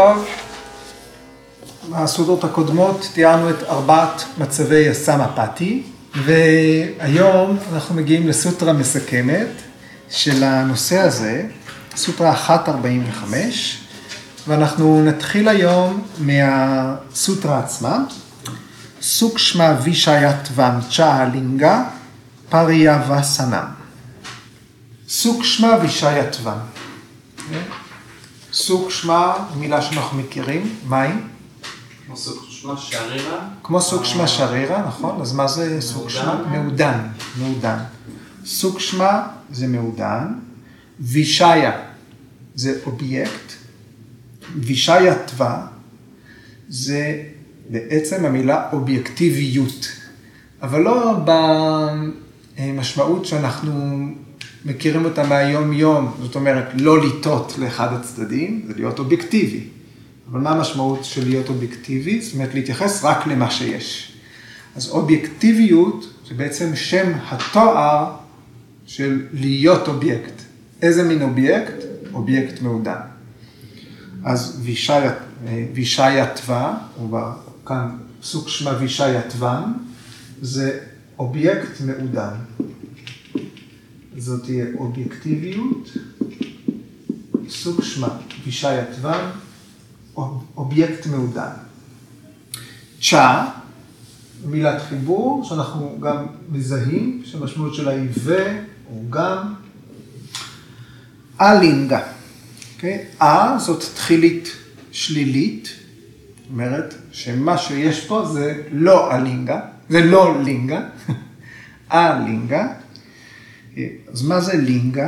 טוב, בסעודות הקודמות תיארנו את 4 מצבי הסמפתי, והיום אנחנו מגיעים לסוטרה מסכמת של הנושא הזה, סוטרה 1.45, ואנחנו נתחיל היום מהסוטרה עצמה, סוקשמה וישייתvam צ'ה לינגה פריאבסנם. סוקשמה וישייתvam. סוקשמה, מילה שאנחנו מכירים, מהי? כמו סוקשמה שרירה. כמו סוקשמה שרירה, נכון? אז מה זה סוקשמה? מעודן. מעודן. סוקשמה זה מעודן, וישיה זה אובייקט, וישייתva זה בעצם המילה אובייקטיביות, אבל לא במשמעות שאנחנו מכירים אותה מהיום יום, זאת אומרת לא לטעות לאחד הצדדים, זה להיות אובייקטיבי. אבל מה המשמעות של להיות אובייקטיבי? זאת אומרת להתייחס רק למה שיש. אז אובייקטיביות זה בעצם שם התואר של להיות אובייקט. איזה מין אובייקט? אובייקט מעודן. אז וישייתva, או כאן סוקשמה וישייתvam, זה אובייקט מעודן. זאת תהיה אובייקטיביות, סוקשמה וישייתvam, אובייקט מעודן. צ'ה, מילת חיבור, שאנחנו גם מזהים, שהמשמעות שלה היא או גם. אלינגה. זאת תחילית שלילית, זאת אומרת שמה שיש פה זה לא אלינגה, זה לא לינגה, אלינגה. אז מה זה לינגה?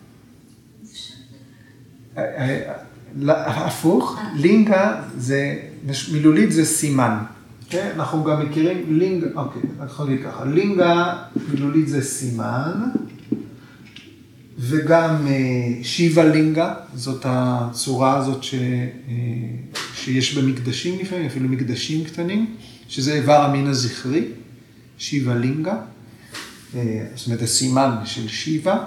הפוך, לינגה זה, מילולית זה סימן. אנחנו גם מכירים לינגה, אנחנו נגיד ככה, לינגה מילולית זה סימן, וגם שיבה לינגה, זאת הצורה הזאת שיש במקדשים לפעמים, אפילו מקדשים קטנים, שזה איבר המין הזכרי, שיבה לינגה, זאת אומרת הסימן של שיבה,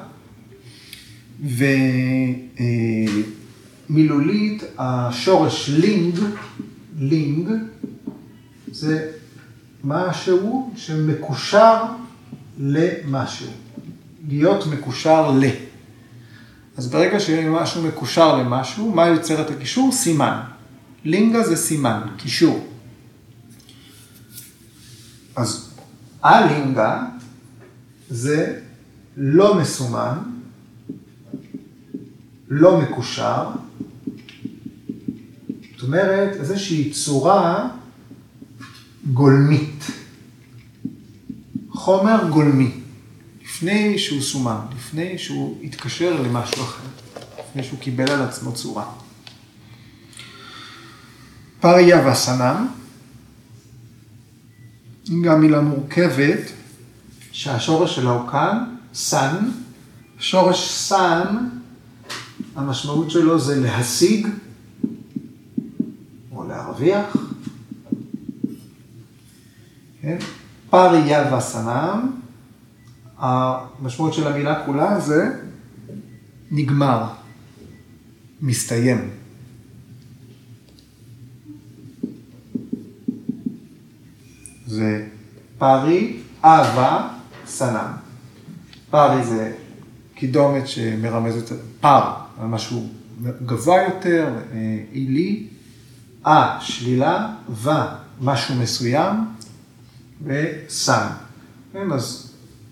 ומילולית השורש לינג, זה משהו שמקושר למשהו, להיות מקושר ל. אז ברגע שמשהו מקושר למשהו, מה יוצר את הקישור? סימן. לינגה זה סימן, קישור. אז הלינגה זה לא מסומן, לא מקושר, זאת אומרת איזושהי צורה גולמית, חומר גולמי, לפני שהוא סומן, לפני שהוא התקשר למשהו אחר, לפני שהוא קיבל על עצמו צורה. פריאבסנם, גם מילה מורכבת, שהשורש שלה הוא כאן, סן. שורש סן, המשמעות שלו זה להשיג, או להרוויח. כן? פריאבסנם, המשמעות של המילה כולה זה נגמר, מסתיים. זה פרי, אהבה, סנם. פרי זה קידומת שמרמזת פר, משהו גבוה יותר, עילי, שלילה, משהו מסוים, וסן. אז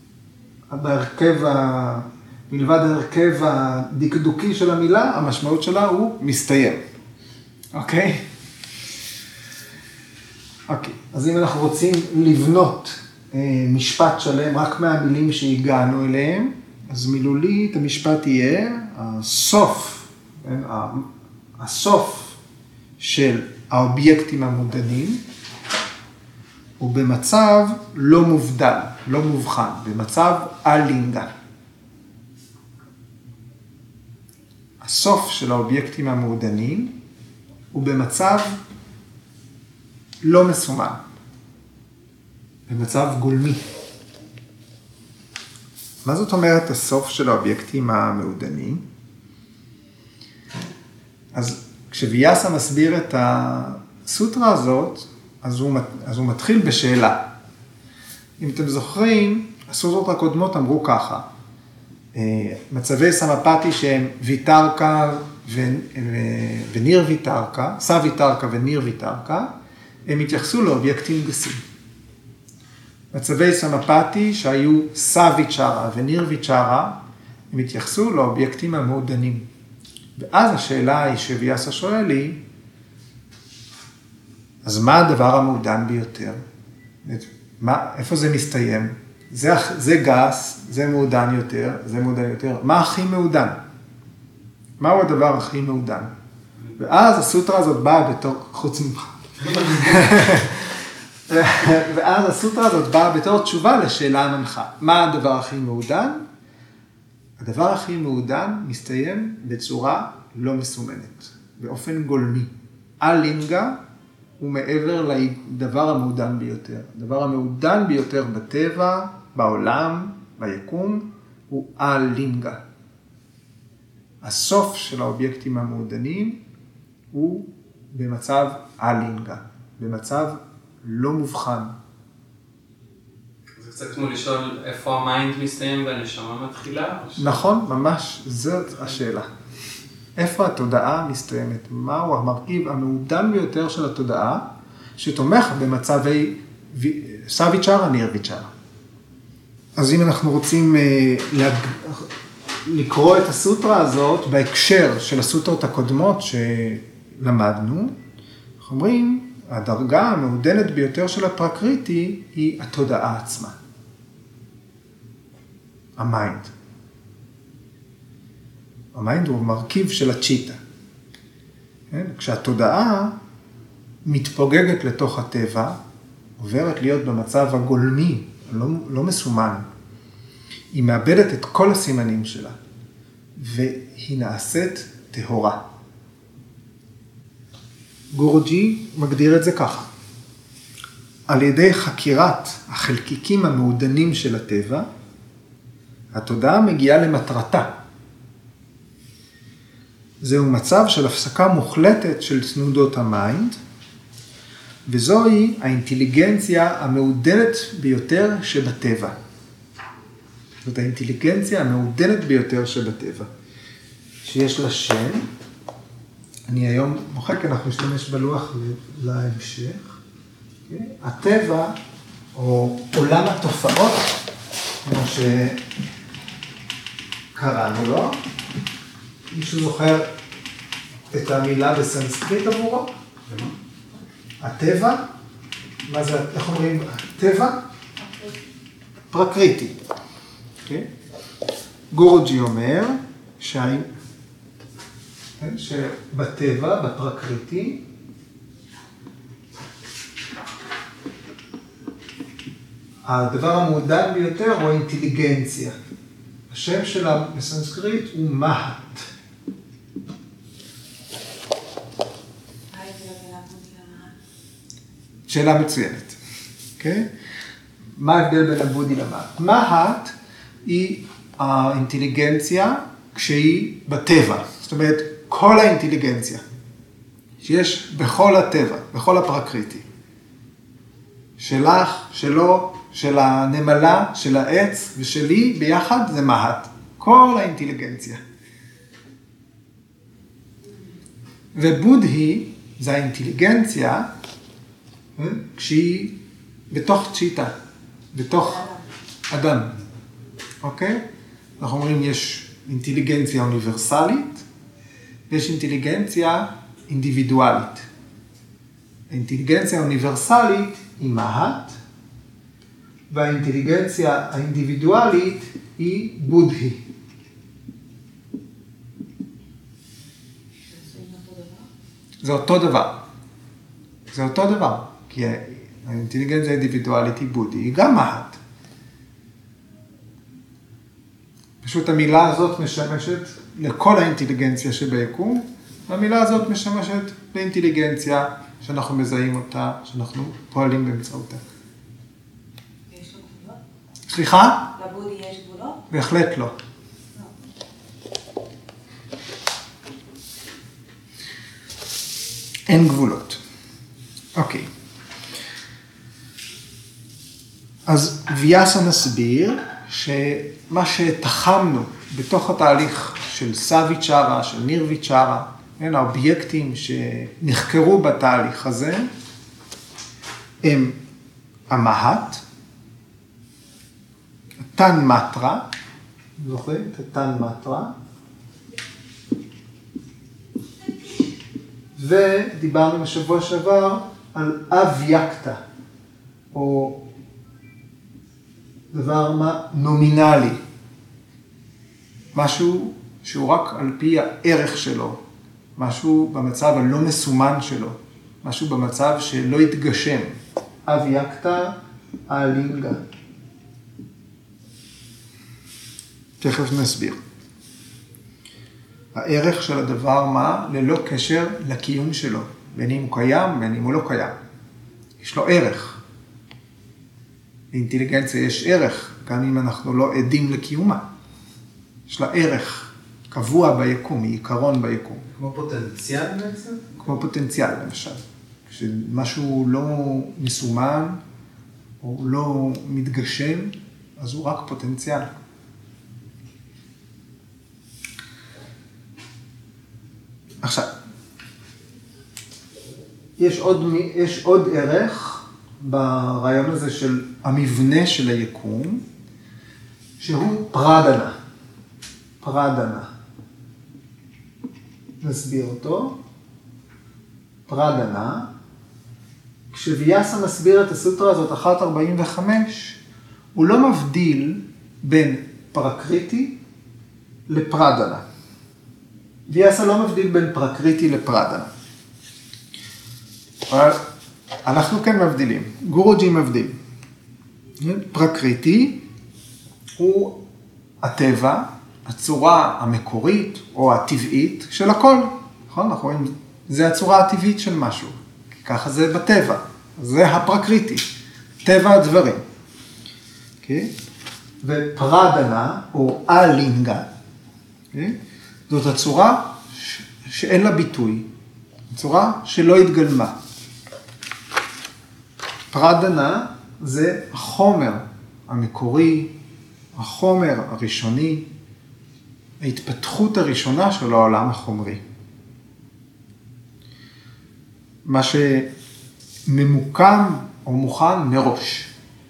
מלבד ההרכב הדקדוקי של המילה, המשמעות שלה הוא מסתיים. אוקיי? אז אם אנחנו רוצים לבנות משפט שלם רק מהמילים שהגענו אליהם, אז מילולית המשפט יהיה הסוף של האובייקטים המודנים, הוא במצב לא מובדל, לא מובחן, במצב אלינגה. הסוף של האובייקטים המעודנים הוא במצב לא מסומן, במצב גולמי. מה זאת אומרת הסוף של האובייקטים המעודנים? אז כשוויאסה מסביר את הסוטרה הזאת, אז הוא מתחיל בשאלה. אם אתם זוכרים, הסוטרות הקודמות אמרו ככה, מצבי סמפתי שהם ויתרקה וניר ויתרקה, סא ויתרקה וניר ויתרקה, הם התייחסו לאובייקטים גסים. מצבי סמפתי שהיו סא ויצ'רה וניר ויצ'רה, הם התייחסו לאובייקטים המעודנים. ואז השאלה היא שוויאסה שואל לי, אז מה הדבר המעודן ביותר? איפה זה מסתיים? זה גס, זה מעודן יותר, זה מעודן יותר. מה הכי מעודן? מהו הדבר הכי מעודן? ואז הסוטרה הזאת באה בתור, חוץ ממך. ואז הסוטרה הזאת באה בתור תשובה לשאלה המנחה. מה הדבר הכי מעודן? הדבר הכי מעודן מסתיים בצורה לא מסומנת, באופן גולמי. אלינגה הוא מעבר לדבר המעודן ביותר. הדבר המעודן ביותר בטבע, בעולם, ביקום, הוא אלינגה. הסוף של האובייקטים המעודנים הוא במצב אלינגה, במצב לא מובחן. זה קצת כמו לשאול איפה המיינד מסתיים והנשמה מתחילה? נכון, ממש, זאת השאלה. איפה התודעה מסתיימת? מהו המרכיב המעודן ביותר של התודעה, שתומך במצבי סא ויצ'רה, ניר ויצ'רה. אז אם אנחנו רוצים לקרוא את הסוטרה הזאת בהקשר של הסוטרות הקודמות שלמדנו, אנחנו אומרים, הדרגה המעודנת ביותר של הפרקריטי היא התודעה עצמה. המיינד. המיינד הוא מרכיב של הצ'יטה. כשהתודעה מתפוגגת לתוך הטבע, עוברת להיות במצב הגולמי, לא מסומן. היא מאבדת את כל הסימנים שלה, והיא נעשית טהורה. גורג'י מגדיר את זה ככה. על ידי חקירת החלקיקים המעודנים של הטבע, התודעה מגיעה למטרתה. זהו מצב של הפסקה מוחלטת של תנודות המיינד, וזוהי האינטליגנציה המעודנת ביותר שבטבע. זאת האינטליגנציה המעודנת ביותר שבטבע. שיש לה שם, אני היום מוחק, אנחנו נשתמש בלוח להמשך. הטבע, או עולם התופעות, כמו שקראנו לו, מישהו זוכר את המילה בסנסקריט עבורו? הטבע, מה זה, איך אומרים? הטבע? פרקריטי. גורג'י אומר שבטבע, בפרקריטי, הדבר המעודן ביותר הוא האינטליגנציה. השם שלה בסנסקריט הוא מהט. שאלה מצוינת. מה ההבדל בין הבודי למהט? מהט היא האינטליגנציה כשהיא בטבע. זאת אומרת, כל האינטליגנציה שיש בכל הטבע, בכל הפרקריטי. שלך, שלו, של הנמלה, של העץ ושלי ביחד זה מהט. כל האינטליגנציה. ובודהי זה האינטליגנציה כשהיא בתוך צ'יטה, בתוך אדם. אוקיי? אנחנו אומרים יש אינטליגנציה אוניברסלית, ויש אינטליגנציה אינדיבידואלית. האינטליגנציה האוניברסלית היא מהט, והאינטליגנציה האינדיבידואלית היא בודהי. זה אותו דבר. זה אותו דבר, כי האינטליגנציה האינדיבידואלית היא בודהי, היא גם מהט. פשוט המילה הזאת משמשת לכל האינטליגנציה שביקום, והמילה הזאת משמשת לאינטליגנציה שאנחנו מזהים אותה, שאנחנו פועלים באמצעותה. יש לו גבולות? סליחה? לבודי יש גבולות? בהחלט לא. אין גבולות. אוקיי. אז ויאסה מסביר שמה שתחמנו בתוך התהליך של סוויצ'ארה, של נירוויצ'ארה, האובייקטים שנחקרו בתהליך הזה, הם המהט, תן מטרה, זוכרים את תן מטרה, ודיברנו בשבוע שעבר על אבייקטה, או דבר נומינלי, משהו שהוא רק על פי הערך שלו, משהו במצב הלא מסומן שלו, משהו במצב שלא יתגשם, אבייקטה אלינגה. תכף נסביר. הערך של הדבר מה ללא קשר לקיום שלו, בין אם הוא קיים, בין אם הוא לא קיים. יש לו ערך. לאינטליגנציה יש ערך, גם אם אנחנו לא עדים לקיומה. יש לה ערך קבוע ביקום, היא עיקרון ביקום. כמו פוטנציאל בעצם? כמו פוטנציאל למשל. כשמשהו לא מסומן, או לא מתגשם, אז הוא רק פוטנציאל. עכשיו, יש עוד ערך ברעיון הזה של המבנה של היקום, שהוא פרדנה. פרדנה. נסביר אותו. פרדנה. כשוויאסה מסביר את הסוטרה הזאת, 1.45, הוא לא מבדיל בין פרקריטי לפרדנה. ויאסה לא מבדיל בין פרקריטי לפרדנה. אבל אנחנו כן מבדילים. גורוג'י מבדיל. פרקריטי הוא הטבע, הצורה המקורית או הטבעית של הכל. נכון? אנחנו רואים, זה הצורה הטבעית של משהו. ככה זה בטבע. זה הפרקריטי. טבע הדברים. Okay? ופרדנה או אלינגה. Okay? זאת הצורה שאין לה ביטוי. הצורה שלא התגלמה. פרדנה זה החומר המקורי, החומר הראשוני, ההתפתחות הראשונה של העולם החומרי. מה שממוקם או מוכן מראש.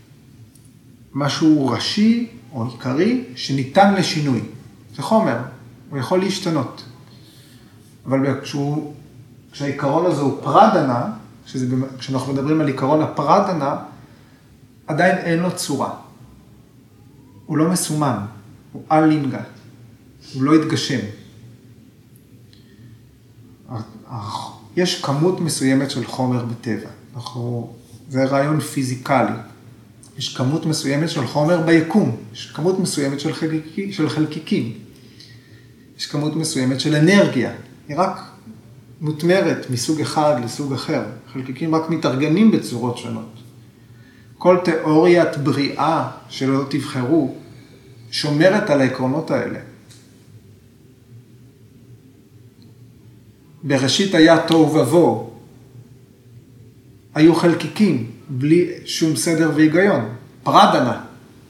משהו ראשי או עיקרי שניתן לשינוי. זה חומר, הוא יכול להשתנות. אבל כשהעיקרון הזה הוא פרדנה, כשאנחנו מדברים על עיקרון הפרדנה, עדיין אין לו צורה. הוא לא מסומן, הוא אלינגה, הוא לא יתגשם. יש כמות מסוימת של חומר בטבע. זה רעיון פיזיקלי. יש כמות מסוימת של חומר ביקום. יש כמות מסוימת של חלקיקים. יש כמות מסוימת של אנרגיה. היא רק מותמרת מסוג אחד לסוג אחר. חלקיקים רק מתארגנים בצורות שונות. כל תיאוריית בריאה שלא תבחרו, שומרת על העקרונות האלה. בראשית היה תוהו ובוהו. היו חלקיקים, בלי שום סדר והיגיון. פרדנה.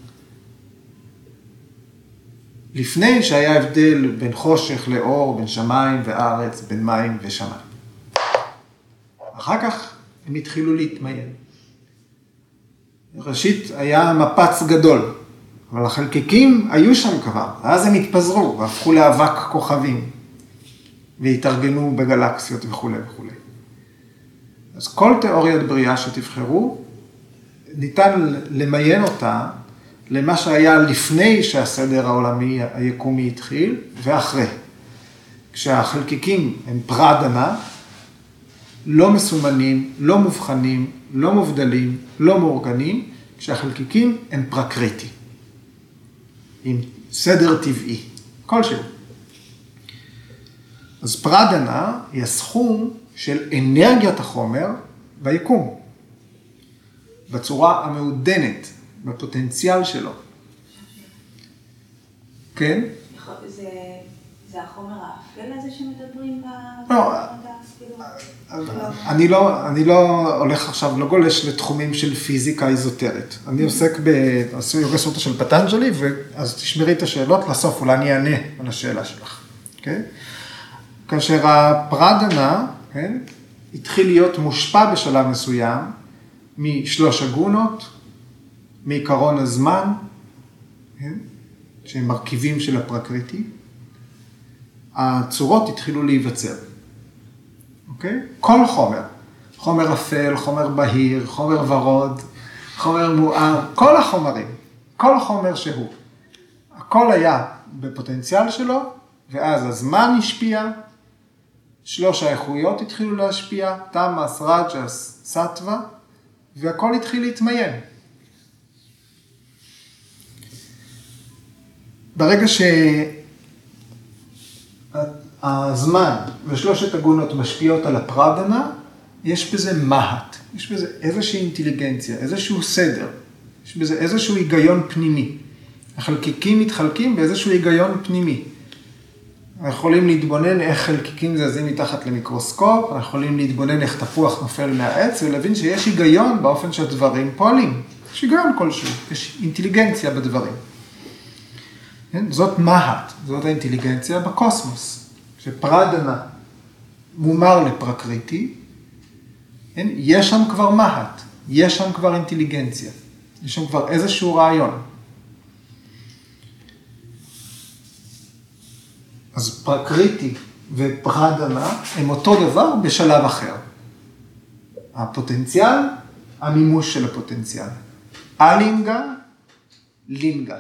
לפני שהיה הבדל בין חושך לאור, בין שמיים וארץ, בין מים ושמיים. אחר כך הם התחילו להתמיין. ראשית היה מפץ גדול, אבל החלקיקים היו שם כבר, ואז הם התפזרו והפכו לאבק כוכבים, והתארגנו בגלקסיות וכו' וכו'. אז כל תיאוריית בריאה שתבחרו, ניתן למיין אותה למה שהיה לפני שהסדר העולמי היקומי התחיל, ואחרי. כשהחלקיקים הם פרדנה, לא מסומנים, לא מובחנים, לא מובדלים, לא מאורגנים, כשהחלקיקים הם פרקריטי, עם סדר טבעי, כלשהו. אז פרדנה היא הסכום של אנרגיית החומר ביקום, בצורה המעודנת, בפוטנציאל שלו. כן? זה זה החומר האפל הזה שמדברים לא, אני לא הולך עכשיו, לא גולש לתחומים של פיזיקה איזוטרית. אני עוסק יוגה סוטרה של פטנג'לי, אז תשמרי את השאלות לסוף, אולי אני אענה על השאלה שלך. אוקיי? כאשר הפרדנה, כן, התחיל להיות מושפע בשלב מסוים משלוש הגונות, מעיקרון הזמן, כן, שהם מרכיבים של הפרקריטי, הצורות התחילו להיווצר. אוקיי? כל חומר אפל, חומר בהיר, חומר ורוד, חומר מואר, כל החומרים, כל חומר שהוא. הכל היה בפוטנציאל שלו, ואז הזמן השפיע, שלוש האיכויות התחילו להשפיע, תמאס, רג'ס, סטווה, והכל התחיל להתמיין. ברגע שהזמן ושלושת הגונות משפיעות על הפרדנה, יש בזה מהט, יש בזה איזושהי אינטליגנציה, איזשהו סדר, יש בזה איזשהו היגיון פנימי. החלקיקים מתחלקים באיזשהו היגיון פנימי. אנחנו יכולים להתבונן איך חלקיקים זזים מתחת למיקרוסקופ, אנחנו יכולים להתבונן איך תפוח נופל מהעץ, ולהבין שיש היגיון באופן שהדברים פועלים. יש היגיון כלשהו, יש אינטליגנציה בדברים. זאת מהט, זאת האינטליגנציה בקוסמוס. כשפרדנה מומר לפרקריטי, יש שם כבר מהט, יש שם כבר אינטליגנציה, יש שם כבר איזשהו רעיון. אז פרקריטי ופרדנה הם אותו דבר בשלב אחר. הפוטנציאל, המימוש של הפוטנציאל. אלינגה, לינגה.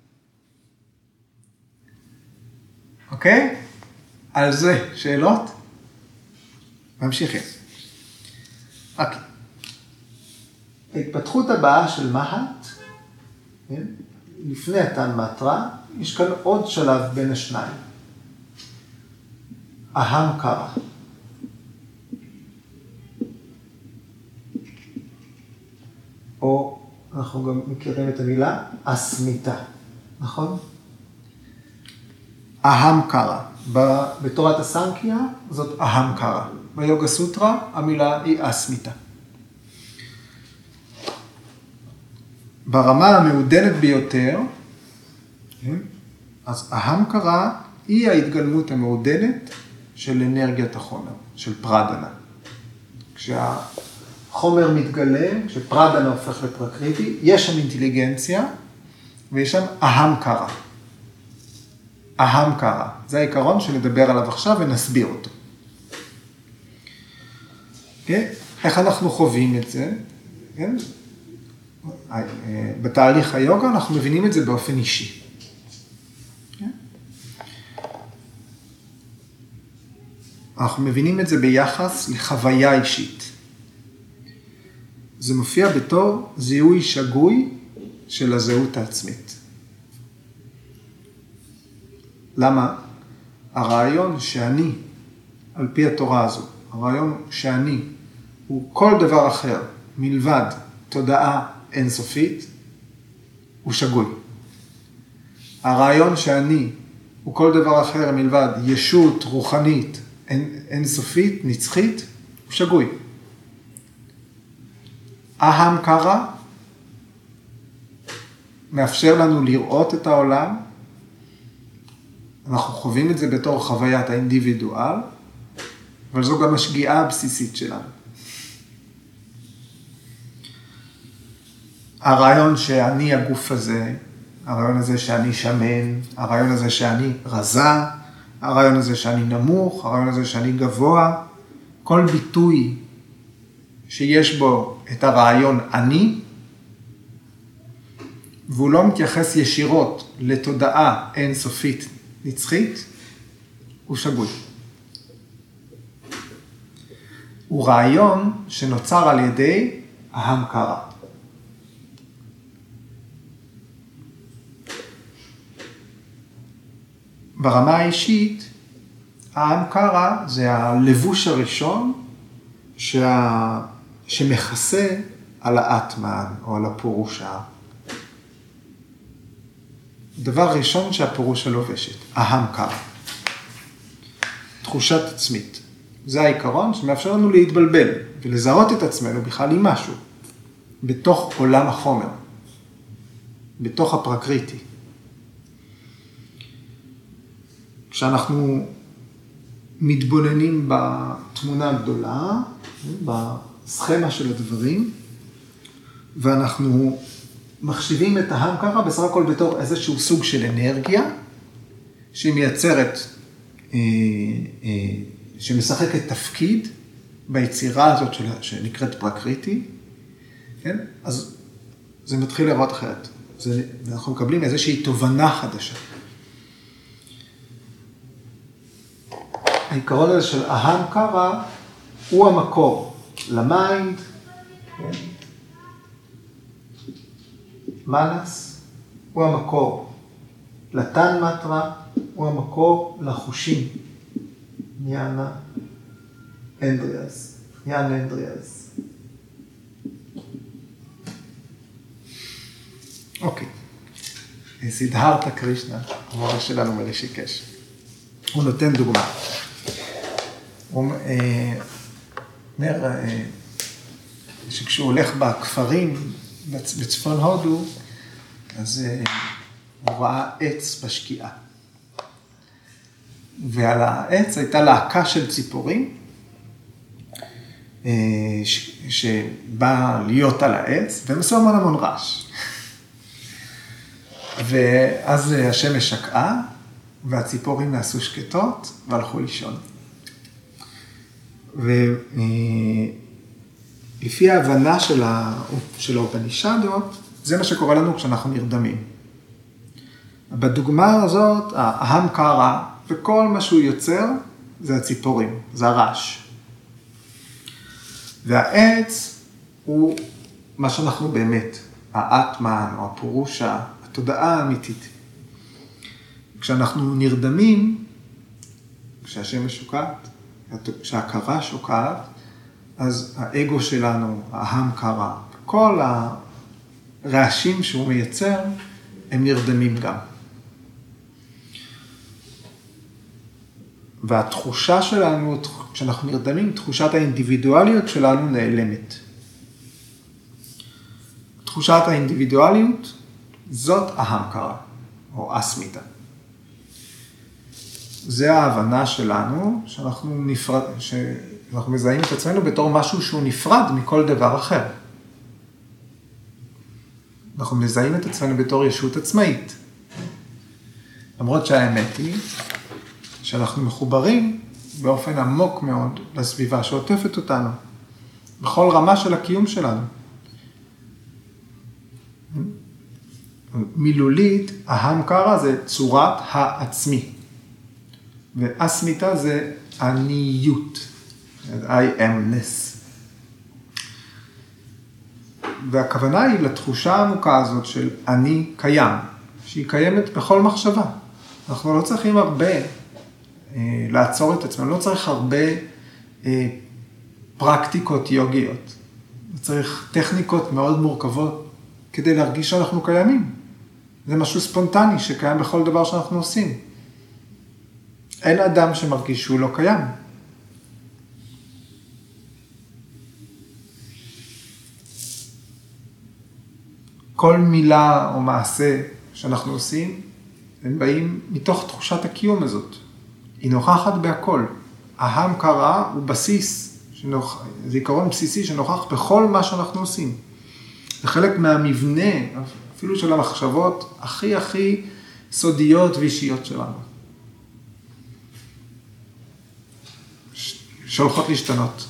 אוקיי? על זה שאלות? ממשיכים. אוקיי. ההתפתחות הבאה של מהט, לפני התן מטרה, יש כאן עוד שלב בין השניים. אהמקרה. או אנחנו גם מכירים את המילה אסמיתה, נכון? אהמקרה. בתורת הסנקיה זאת אהמקרה. ביוגה סוטרה המילה היא אסמיתה. ברמה המעודנת ביותר, אז אהמקרה היא ההתגלמות המעודנת של אנרגיית החומר, של פרדנה. כשהחומר מתגלה, כשפרדנה הופך לפרקריטי, יש שם אינטליגנציה ויש שם אהמקרה. אהמקרה, זה העיקרון שנדבר עליו עכשיו ונסביר אותו. Okay? איך אנחנו חווים את זה? Okay? בתהליך היוגה אנחנו מבינים את זה באופן אישי. Okay? אנחנו מבינים את זה ביחס לחוויה אישית. זה מופיע בתור זיהוי שגוי של הזהות העצמית. למה? הרעיון שאני, על פי התורה הזו, הרעיון שאני הוא כל דבר אחר מלבד תודעה אינסופית, הוא שגוי. הרעיון שאני הוא כל דבר אחר מלבד ישות רוחנית אינסופית, נצחית, הוא שגוי. אהמקרה מאפשר לנו לראות את העולם, אנחנו חווים את זה בתור חוויית האינדיבידואל, אבל זו גם השגיאה הבסיסית שלנו. הרעיון שאני הגוף הזה, הרעיון הזה שאני שמן, הרעיון הזה שאני רזה, הרעיון הזה שאני נמוך, הרעיון הזה שאני גבוה, כל ביטוי שיש בו את הרעיון אני, והוא לא מתייחס ישירות לתודעה אינסופית נצחית, הוא שגוי. הוא רעיון שנוצר על ידי אהמקרה. ברמה האישית, האהמקרה זה הלבוש הראשון שמכסה על האטמן או על הפורושה. דבר ראשון שהפורושה לובשת, אהמקרה. תחושת עצמית. זה העיקרון שמאפשר לנו להתבלבל ולזהות את עצמנו בכלל עם משהו, בתוך עולם החומר, בתוך הפרקריטי. כשאנחנו מתבוננים בתמונה הגדולה, בסכמה של הדברים, ואנחנו מחשיבים את ההמקרה בסך הכל בתור איזשהו סוג של אנרגיה, שהיא מייצרת, שמשחקת תפקיד ביצירה הזאת שנקראת פרקריטי, כן? אז זה מתחיל לראות אחרת. אנחנו מקבלים איזושהי תובנה חדשה. העיקרון הזה של ההמקרה הוא המקור למיינד, כן? מנס הוא המקור לטן מטרה, הוא המקור לחושים. יאנה אנדריאס, יאנה אנדריאס. אוקיי. סידהרתה קרישנה, המורה שלנו מרישיקש. הוא נותן דוגמה. הוא אומר שכשהוא הולך בכפרים בצפון הודו, אז הוא ראה עץ בשקיעה. ועל העץ הייתה להקה של ציפורים, שבאה להיות על העץ, והם עשו המון רעש. ואז השמש שקעה, והציפורים נעשו שקטות, והלכו לישון. ולפי ההבנה של האופנישדות, זה מה שקורה לנו כשאנחנו נרדמים. בדוגמה הזאת, ההמקרה, וכל מה שהוא יוצר, זה הציפורים, זה הרעש. והעץ הוא מה שאנחנו באמת, האטמן או הפורושה, התודעה האמיתית. כשאנחנו נרדמים, כשהשמש שוקעת, כשההכרה שוקעת, אז האגו שלנו, ההמקרה, כל הרעשים שהוא מייצר, הם נרדמים גם. והתחושה שלנו, כשאנחנו נרדמים, תחושת האינדיבידואליות שלנו נעלמת. תחושת האינדיבידואליות, זאת ההמקרה, או אסמיתה. זה ההבנה שלנו, שאנחנו מזהים את עצמנו בתור משהו שהוא נפרד מכל דבר אחר. אנחנו מזהים את עצמנו בתור ישות עצמאית. למרות שהאמת היא, שאנחנו מחוברים באופן עמוק מאוד לסביבה שעוטפת אותנו, בכל רמה של הקיום שלנו. מילולית, ההמקרה זה צורת העצמי, ואסמיתה זה עניות, I amness. והכוונה היא לתחושה העמוקה הזאת של אני קיים, שהיא קיימת בכל מחשבה. אנחנו לא צריכים הרבה לעצור את עצמנו, לא צריך הרבה פרקטיקות יוגיות. צריך טכניקות מאוד מורכבות כדי להרגיש שאנחנו קיימים. זה משהו ספונטני שקיים בכל דבר שאנחנו עושים. אין אדם שמרגיש שהוא לא קיים. כל מילה או מעשה שאנחנו עושים, הם באים מתוך תחושת הקיום הזאת. היא נוכחת בהכל. ההמקרה הוא בסיס, זה עיקרון בסיסי שנוכח בכל מה שאנחנו עושים. זה חלק מהמבנה, אפילו של המחשבות הכי סודיות ואישיות שלנו. שהולכות להשתנות.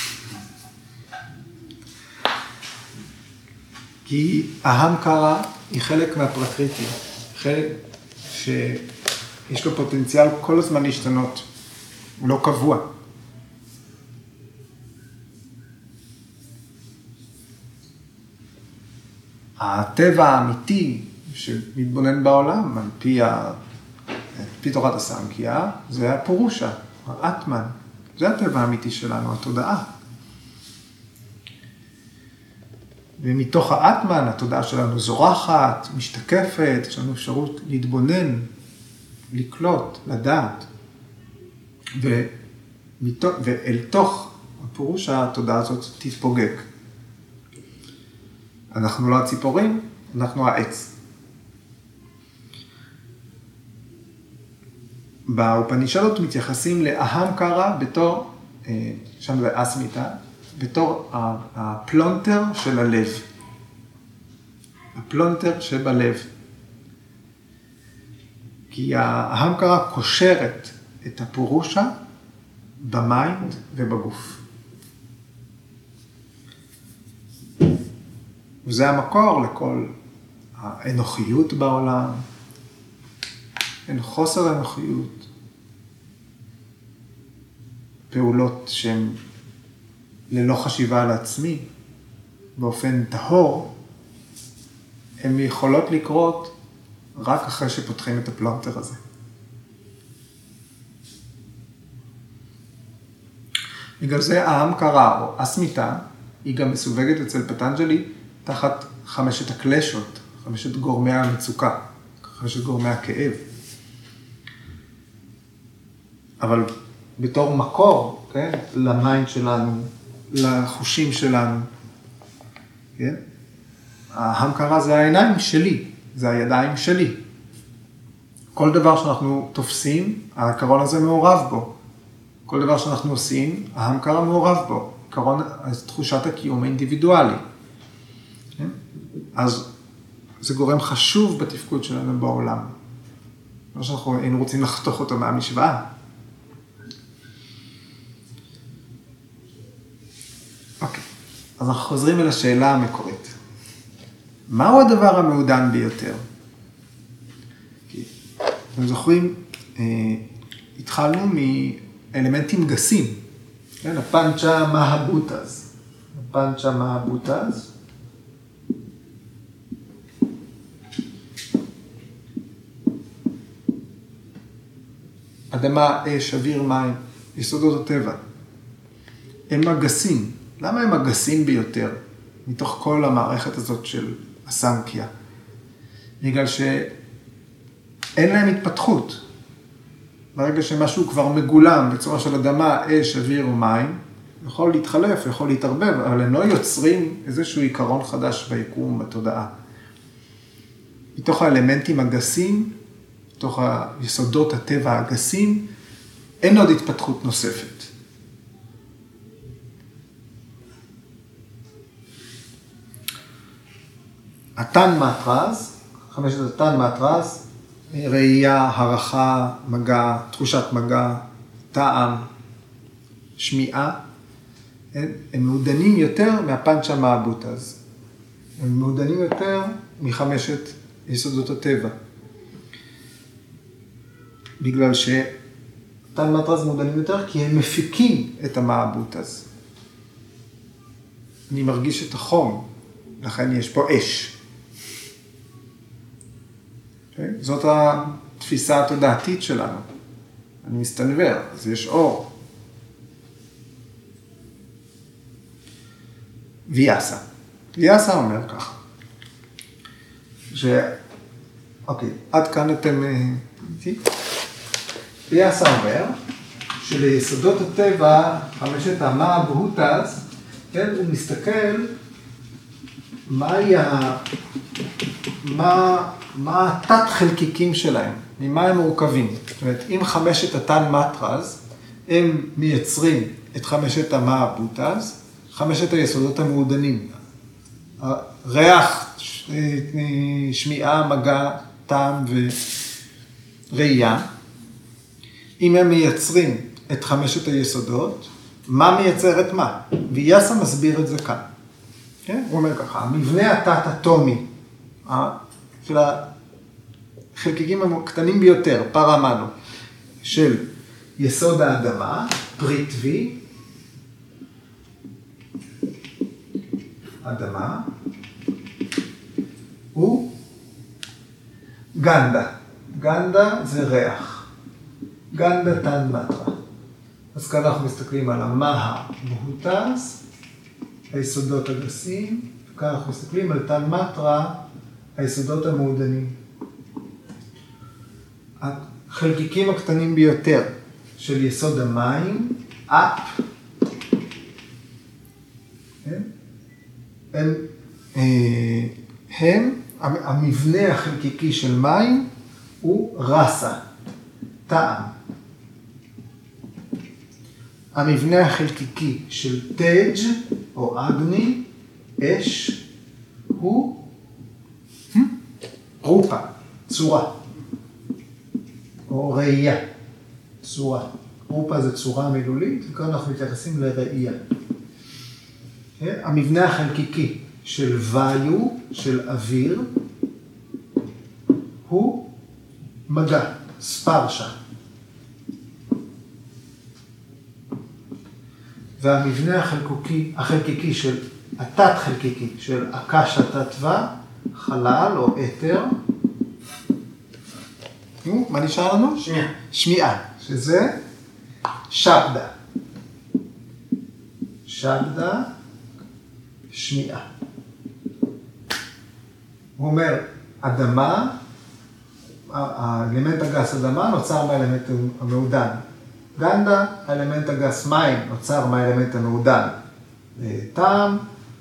כי ההמקרה היא חלק מהפרקריטי, חלק שיש לו פוטנציאל כל הזמן להשתנות, הוא לא קבוע. הטבע האמיתי שמתבונן בעולם, על פי תורת הסנקיה, זה הפורושה, האטמן. זה הטבע האמיתי שלנו, התודעה. ומתוך האטמן, התודעה שלנו זורחת, משתקפת, יש לנו אפשרות להתבונן, לקלוט, לדעת. ואל תוך הפירוש התודעה הזאת תתפוגג. אנחנו לא הציפורים, אנחנו העץ. באופנישדות מתייחסים לאהמקרה בתור, שם זה אסמיתה, בתור הפלונטר של הלב. הפלונטר שבלב. כי האהמקרה קושרת את הפורושה במיינד ובגוף. וזה המקור לכל האנוכיות בעולם, אין חוסר אנוכיות, פעולות שהן ללא חשיבה על עצמי, באופן טהור, הן יכולות לקרות רק אחרי שפותחים את הפלונטר הזה. בגלל זה האהמקרה או אסמיתה, היא גם מסווגת אצל פטנג'לי תחת 5 הקלשות, 5 גורמי המצוקה, 5 גורמי הכאב. אבל בתור מקור, כן? למיינד שלנו, לחושים שלנו, כן? ההמקרה זה העיניים שלי, זה הידיים שלי. כל דבר שאנחנו תופסים, העיקרון הזה מעורב בו. כל דבר שאנחנו עושים, ההמקרה מעורב בו. עיקרון, תחושת הקיום האינדיבידואלי. כן? אז זה גורם חשוב בתפקוד שלנו בעולם. לא שאנחנו היינו רוצים לחתוך אותו מהמשוואה. אוקיי, אז אנחנו חוזרים אל השאלה המקורית. מהו הדבר המעודן ביותר? אתם זוכרים, התחלנו מאלמנטים גסים, כן? הפנצ'ה מהבוטז. הפנצ'ה מהבוטז. אדמה, אש, אוויר, מים, יסודות הטבע. הם הגסים. למה הם הגסים ביותר מתוך כל המערכת הזאת של הסנקיה? בגלל שאין להם התפתחות. ברגע שמשהו כבר מגולם בצורה של אדמה, אש, אוויר ומים, יכול להתחלף, יכול להתערבב, אבל הם לא יוצרים איזשהו עיקרון חדש ביקום, בתודעה. מתוך האלמנטים הגסים, מתוך היסודות הטבע הגסים, אין עוד התפתחות נוספת. התן מטרז, 5 התן מטרז, ראייה, הערכה, מגע, תחושת מגע, טעם, שמיעה, הם מעודנים יותר מהפנצ'ה מהבוטז. הם מעודנים יותר מ5 יסודות הטבע. בגלל שתן מטרז מעודנים יותר כי הם מפיקים את המהבוטז. אני מרגיש את החום, לכן יש פה אש. Okay? זאת התפיסה התודעתית שלנו. אני מסתנבר, אז יש אור. ויאסה. ויאסה אומר ככה. אוקיי, עד כאן אתם איתי. ויאסה אומר שליסודות הטבע, 5 המהבוטז, כן, הוא מסתכל מה התת חלקיקים שלהם, ממה הם מורכבים. זאת אומרת, אם 5 התן מטרז, הם מייצרים את 5 המהבוטז, 5 היסודות המעודנים. ריח, שמיעה, מגע, טעם וראייה. אם הם מייצרים את 5 היסודות, מה מייצר את מה? ויאסה מסביר את זה כאן. כן? הוא אומר ככה, המבנה התת-אטומי של החלקיקים הקטנים ביותר, פרמנו, של יסוד האדמה, פריטבי, אדמה, הוא גנדה. גנדה זה ריח. גנדה תן מטרה. אז כאן אנחנו מסתכלים על המהבוטז, היסודות הגסים, וכאן אנחנו מסתכלים על תן מטרה, היסודות המעודנים. החלקיקים הקטנים ביותר של יסוד המים, אפ, הם, המבנה החלקיקי של מים הוא רסה, טעם. המבנה החלקיקי של תג' או אגני, אש, הוא רופה, צורה, או ראייה, צורה. רופה זה צורה מילולית, וכאן אנחנו מתייחסים לראייה. המבנה החלקיקי של ויו, של אוויר, הוא מגע, ספרשה. והמבנה החלקיקי של התת-חלקיקי של הקש התתווה, חלל או אתר. מה נשאר לנו? שמיעה. שמיעה, שזה שבדה. שבדה, שמיעה. הוא אומר, אדמה, האלמנט הגס אדמה נוצר מהאלמנט המעודן. גנדה, האלמנט הגס מים, נוצר מהאלמנט המעודן. טעם,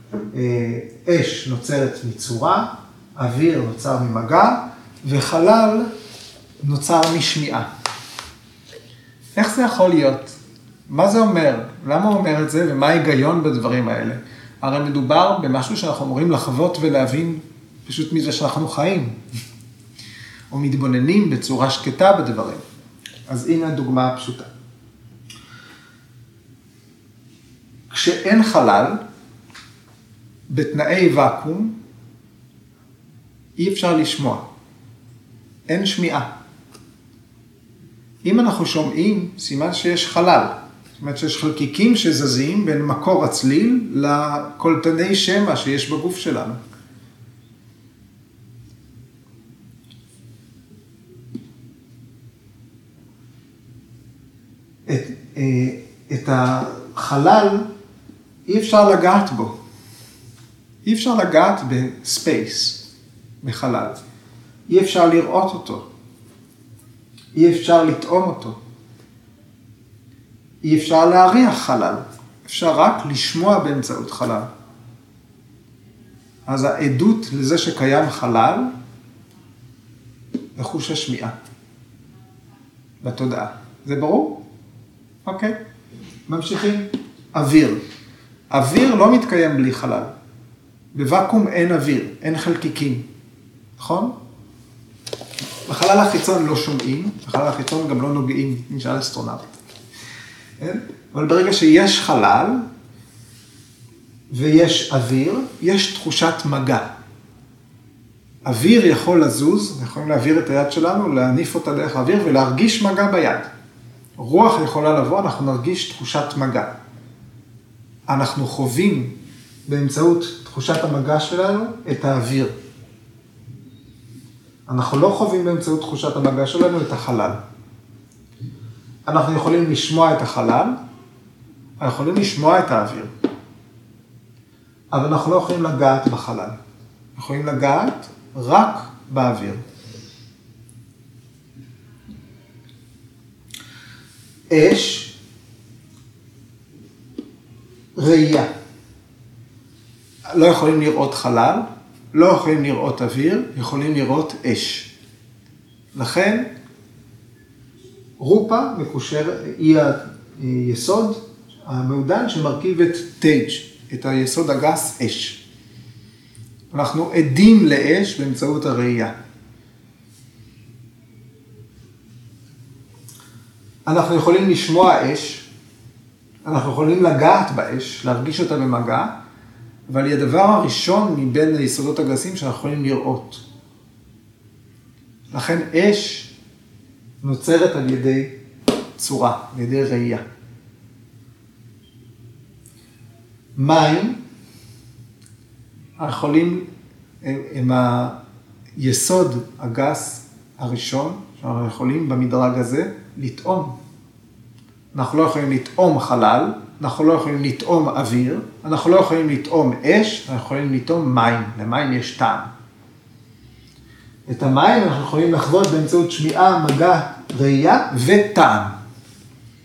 אש נוצרת מצורה, אוויר נוצר ממגע, וחלל נוצר משמיעה. איך זה יכול להיות? מה זה אומר? למה הוא אומר את זה, ומה ההיגיון בדברים האלה? הרי מדובר במשהו שאנחנו אמורים לחוות ולהבין פשוט מזה שאנחנו חיים, או מתבוננים בצורה שקטה בדברים. אז הנה הדוגמה הפשוטה. כשאין חלל, בתנאי ואקום, אי אפשר לשמוע. אין שמיעה. אם אנחנו שומעים, סימן שיש חלל. זאת אומרת שיש חלקיקים שזזים בין מקור הצליל לקולטני שמע שיש בגוף שלנו. את החלל אי אפשר לגעת בו. אי אפשר לגעת בספייס, בחלל. אי אפשר לראות אותו. אי אפשר לטעום אותו. אי אפשר להריח חלל. אפשר רק לשמוע באמצעות חלל. אז העדות לזה שקיים חלל, זה חוש השמיעה. בתודעה. זה ברור? אוקיי. ממשיכים. אוויר. אוויר לא מתקיים בלי חלל. בוואקום אין אוויר, אין חלקיקים. נכון? בחלל החיצון לא שומעים, בחלל החיצון גם לא נוגעים, נשאל אסטרונאוט. אבל ברגע שיש חלל ויש אוויר, יש תחושת מגע. אוויר יכול לזוז, יכולים להעביר את היד שלנו, להניף אותה דרך האוויר ולהרגיש מגע ביד. רוח יכולה לבוא, אנחנו נרגיש תחושת מגע. אנחנו חווים באמצעות תחושת המגע שלנו את האוויר. אנחנו לא חווים באמצעות תחושת המגע שלנו את החלל. אנחנו יכולים לשמוע את החלל, אנחנו יכולים לשמוע את האוויר. אבל אנחנו לא יכולים לגעת בחלל. אנחנו יכולים לגעת רק באוויר. אש, ראייה. לא יכולים לראות חלל, לא יכולים לראות אוויר, יכולים לראות אש. לכן, רופה מקושר, היא היסוד המעודן שמרכיב את תג', את היסוד הגס אש. אנחנו עדים לאש באמצעות הראייה. אנחנו יכולים לשמוע אש, אנחנו יכולים לגעת באש, להרגיש אותה במגע, אבל היא הדבר הראשון מבין היסודות הגסים שאנחנו יכולים לראות. לכן אש נוצרת על ידי צורה, על ידי ראייה. מים הם היסוד הגס הראשון, שאנחנו יכולים במדרג הזה לטעום. אנחנו לא יכולים לטעום חלל, אנחנו לא יכולים לטעום אוויר, אנחנו לא יכולים לטעום אש, אנחנו יכולים לטעום מים. למים יש טעם. את המים אנחנו יכולים לחוות באמצעות שמיעה, מגע, ראייה וטעם.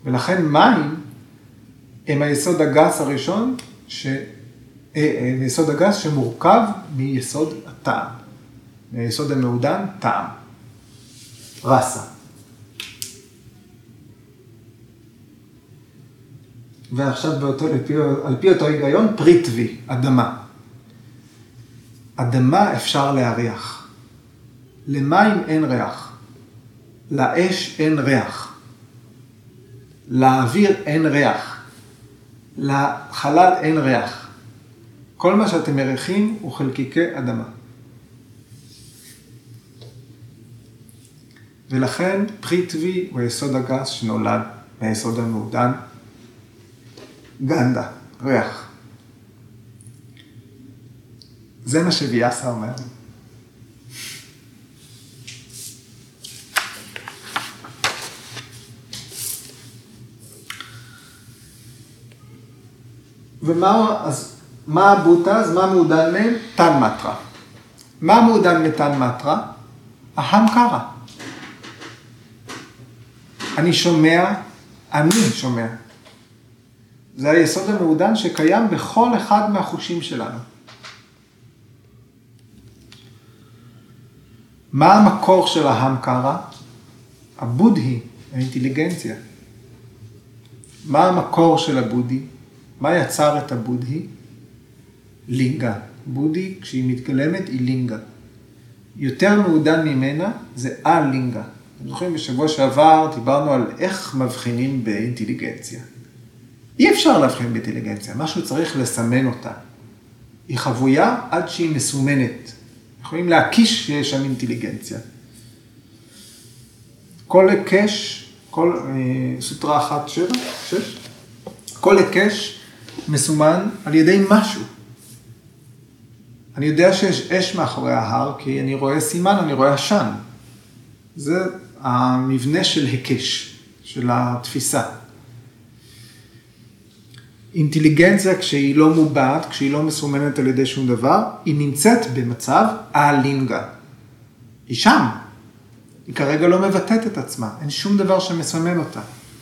ולכן מים הם היסוד הגס הראשון, היסוד הגס שמורכב מיסוד הטעם. היסוד המעודן, טעם. רסה. ועכשיו על פי אותו היגיון, פריטבי, אדמה. אדמה אפשר להריח. למים אין ריח. לאש אין ריח. לאוויר אין ריח. לחלל אין ריח. כל מה שאתם מריחים הוא חלקיקי אדמה. ולכן פריטבי הוא היסוד הגס שנולד מהיסוד המעודן. גנדה, ריח. זה מה שוויאסה אומר. מה הבוטה? אז מה מעודן מהם? תן מטרה. מה מעודן מתן מטרה? אהם קרא. אני שומע. זה היסוד המעודן שקיים בכל אחד מהחושים שלנו. מה המקור של אהם קרא? הבודהי, האינטליגנציה. מה המקור של הבודהי? מה יצר את הבודהי? לינגה. בודהי, כשהיא מתגלמת, היא לינגה. יותר מעודן ממנה זה הלינגה. אתם זוכרים, בשבוע שעבר דיברנו על איך מבחינים באינטליגנציה. אי אפשר להבחין באינטליגנציה, משהו צריך לסמן אותה. היא חבויה עד שהיא מסומנת. יכולים להקיש שיש שם אינטליגנציה. כל היקש, סוטרה 1.7, כל היקש מסומן על ידי משהו. אני יודע שיש אש מאחורי ההר, כי אני רואה סימן, אני רואה עשן. זה המבנה של היקש, של התפיסה. אינטליגנציה, כשהיא לא מובעת, כשהיא לא מסומנת על ידי שום דבר, היא נמצאת במצב הלינגה. היא שם. היא כרגע לא מבטאת את עצמה. אין שום דבר שמסמן אותה.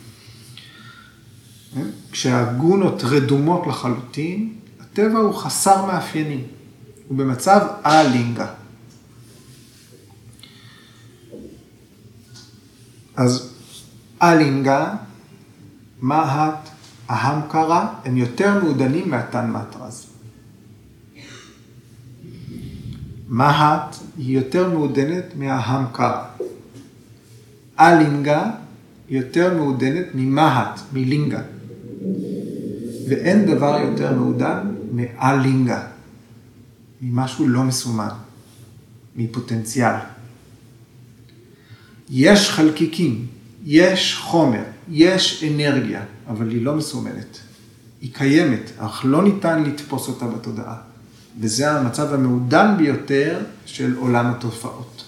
כשהגונות רדומות לחלוטין, הטבע הוא חסר מאפיינים. הוא במצב הלינגה. אז הלינגה, מהת, אהם קרא, הם יותר מעודנים מהתן מטרז. מהת היא יותר מעודנת מהאהם קרא. הלינגה היא יותר מעודנת ממהת, מלינגה. ואין דבר יותר מעודן מהלינגה. ממשהו לא מסומן. מפוטנציאל. יש חלקיקים, יש חומר, יש אנרגיה, אבל היא לא מסומנת. היא קיימת, אך לא ניתן לתפוס אותה בתודעה. וזה המצב המעודן ביותר של עולם התופעות.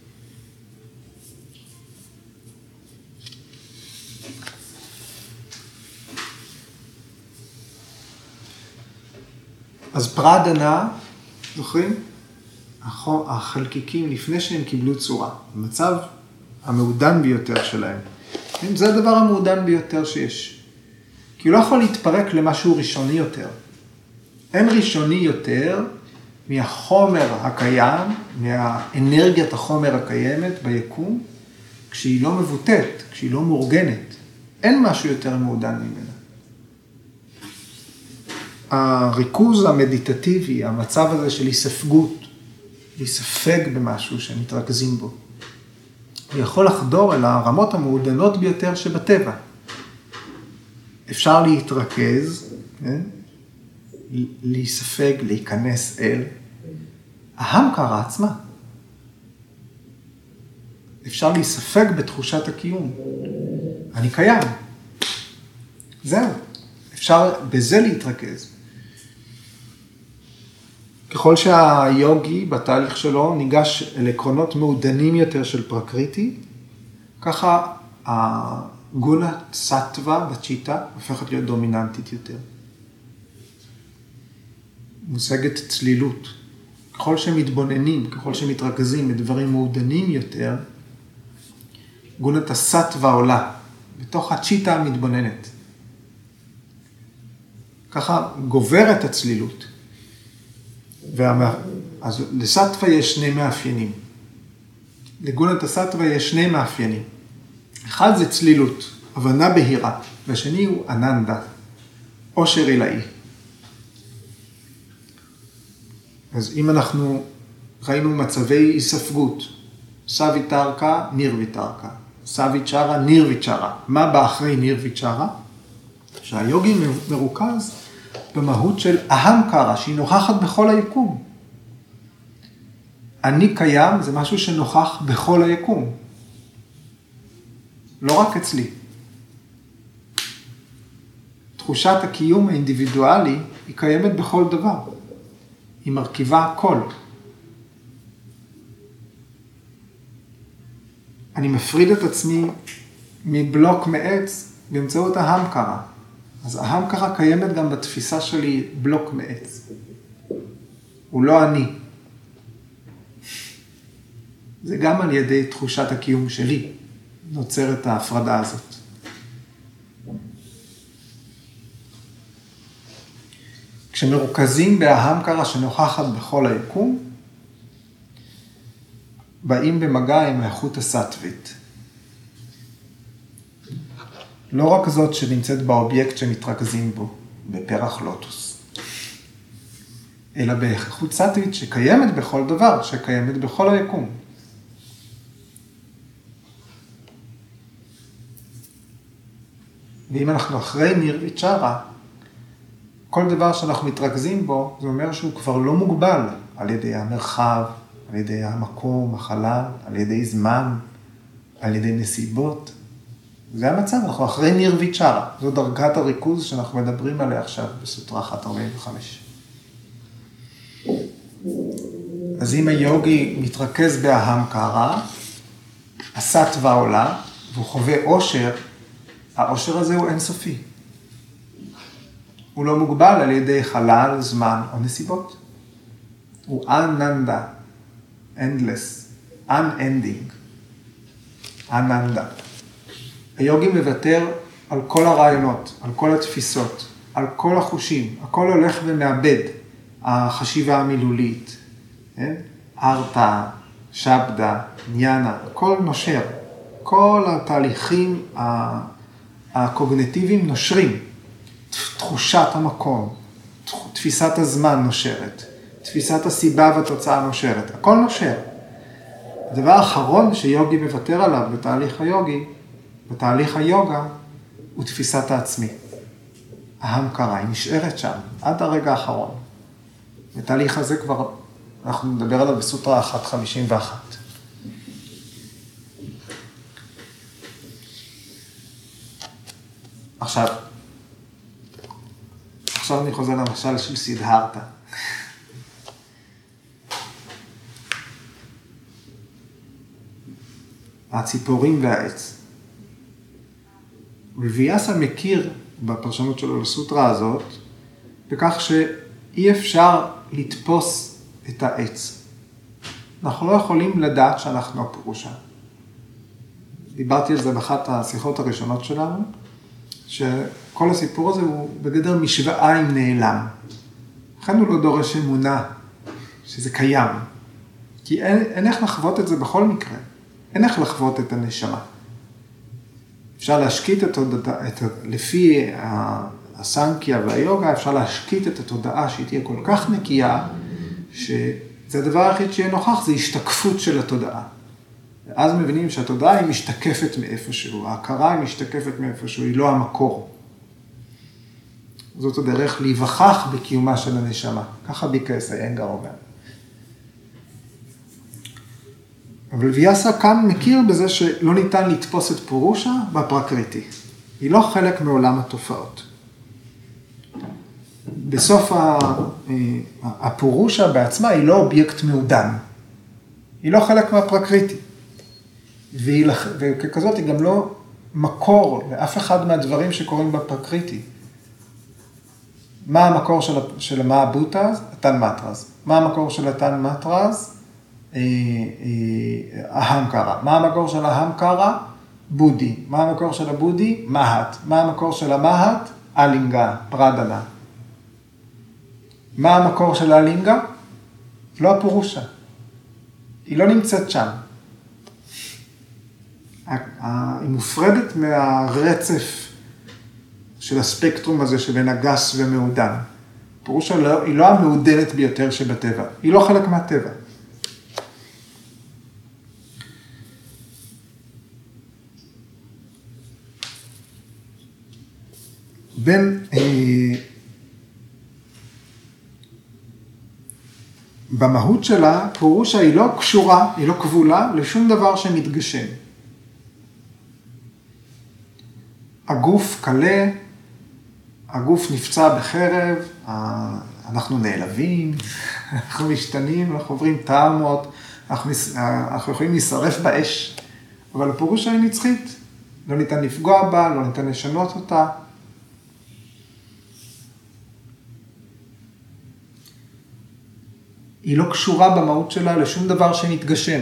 אז פרדנה, זוכרים? החלקיקים לפני שהם קיבלו צורה, המצב המעודן ביותר שלהם. זה הדבר המעודן ביותר שיש. כי הוא לא יכול להתפרק למשהו ראשוני יותר. אין ראשוני יותר מהחומר הקיים, מהאנרגיית החומר הקיימת ביקום, כשהיא לא מבוטאת, כשהיא לא מאורגנת. אין משהו יותר מעודן ממנה. הריכוז המדיטטיבי, המצב הזה של היספגות, להיספג במשהו שמתרכזים בו, הוא יכול לחדור אל הרמות המעודנות ביותר שבטבע. אפשר להתרכז, להיספג, להיכנס אל אהם קרא עצמה. אפשר להיספג בתחושת הקיום. אני קיים. זהו. אפשר בזה להתרכז. ככל שהיוגי בתהליך שלו ניגש אל עקרונות מעודנים יותר של פרקריטי, ככה הגונה סטווה בצ'יטה הופכת להיות דומיננטית יותר. מושגת צלילות. ככל שמתבוננים, ככל שמתרכזים בדברים מעודנים יותר, גונת הסטווה עולה. בתוך הצ'יטה המתבוננת. ככה גוברת הצלילות. אז לסטווה יש שני מאפיינים. לגונת הסטווה יש שני מאפיינים. אחד זה צלילות, הבנה בהירה, והשני הוא אננדה, עושר עילאי. אז אם אנחנו ראינו מצבי היספגות, סוויטרקה, נירוויטרקה, סוויצ'רה, נירוויצ'רה. מה בא אחרי נירוויצ'רה? שהיוגי מרוכז במהות של אהמקרה, שהיא נוכחת בכל היקום. אני קיים זה משהו שנוכח בכל היקום. לא רק אצלי. תחושת הקיום האינדיבידואלי היא קיימת בכל דבר. היא מרכיבה הכל. אני מפריד את עצמי מבלוק מעץ באמצעות ההמקרה. אז ההמקרה קיימת גם בתפיסה שלי בלוק מעץ. הוא לא אני. זה גם על ידי תחושת הקיום שלי נוצרת ההפרדה הזאת. כשמרוכזים בההמקרה שנוכחת בכל היקום, באים במגע עם האיכות הסטווית. לא רק זאת שנמצאת באובייקט שמתרכזים בו, בפרח לוטוס, אלא באיכות סטווית שקיימת בכל דבר, שקיימת בכל היקום. ואם אנחנו אחרי נירוויצ'רה, כל דבר שאנחנו מתרכזים בו, זה אומר שהוא כבר לא מוגבל על ידי המרחב, על ידי המקום, החלל, על ידי זמן, על ידי נסיבות. זה המצב, אנחנו אחרי נירוויצ'רה. זו דרגת הריכוז שאנחנו מדברים עליה עכשיו בסוטרה 145. אז אם היוגי מתרכז בההמקרה, הסטווה עולה, והוא חווה עושר, העושר הזה הוא אינסופי. הוא לא מוגבל על ידי חלל, זמן או נסיבות. הוא אננדה, endless, unending, אננדה. היוגי מוותר על כל הרעיונות, על כל התפיסות, על כל החושים. הכל הולך ומאבד, החשיבה המילולית, כן? ארתה, שבדה, ניאנה, הכל נושר. כל התהליכים הקוגניטיביים נושרים. תחושת המקום, תפיסת הזמן נושרת, תפיסת הסיבה והתוצאה נושרת, הכל נושר. הדבר האחרון שיוגי מוותר עליו בתהליך היוגי, בתהליך היוגה, הוא תפיסת העצמי. ההמקרה, היא נשארת שם, עד הרגע האחרון. בתהליך הזה כבר, אנחנו נדבר עליו בסוטרה 151. עכשיו אני חוזר למשל של סידהרתה. הציפורים והעץ. וויאסה מכיר בפרשנות שלו לסוטרה הזאת, בכך שאי אפשר לתפוס את העץ. אנחנו לא יכולים לדעת שאנחנו הפורושה. דיברתי על זה באחת השיחות הראשונות שלנו, שכל הסיפור הזה הוא בגדר משוואה עם נעלם. לכן הוא לא דורש אמונה שזה קיים. כי אין איך לחוות את זה בכל מקרה. אין איך לחוות את הנשמה. אפשר להשקיט לפי הסנקיה והיוגה, אפשר להשקיט את התודעה שהיא תהיה כל כך נקייה, שזה הדבר היחיד שיהיה נוכח, זה השתקפות של התודעה. ואז מבינים שהתודעה היא משתקפת מאיפשהו, ההכרה היא משתקפת מאיפשהו, היא לא המקור. זאת הדרך להיווכח בקיומה של הנשמה. ככה ביקס איינגר אומר. אבל ויאסה כאן מכיר בזה שלא ניתן לתפוס את פורושה בפרקריטי. היא לא חלק מעולם התופעות. בסוף הפורושה בעצמה היא לא אובייקט מעודן. היא לא חלק מהפרקריטי. וככזאת היא גם לא מקור לאף אחד מהדברים שקורים בפרקריטי. מה המקור של המאבוטאז? התן מטרז. מה המקור של התן מטרז? ההמקרה. מה המקור של ההמקרה? בודי. מה המקור של הבודי? מהט. מה המקור של המהט? אלינגה, פרדנה. מה המקור של האלינגה? לא הפורושה. היא לא נמצאת שם. היא מופרדת מהרצף של הספקטרום הזה שבין הגס ומעודן. פורושה היא לא המעודנת ביותר שבטבע. היא לא חלק מהטבע. במהות שלה, פורושה היא לא קשורה, היא לא כבולה לשום דבר שמתגשם. הגוף קלה, הגוף נפצע בחרב, אנחנו נעלבים, אנחנו משתנים, אנחנו עוברים טראומות, אנחנו יכולים להישרף באש, אבל הפורושה היא נצחית, לא ניתן לפגוע בה, לא ניתן לשנות אותה. היא לא קשורה במהות שלה לשום דבר שמתגשם.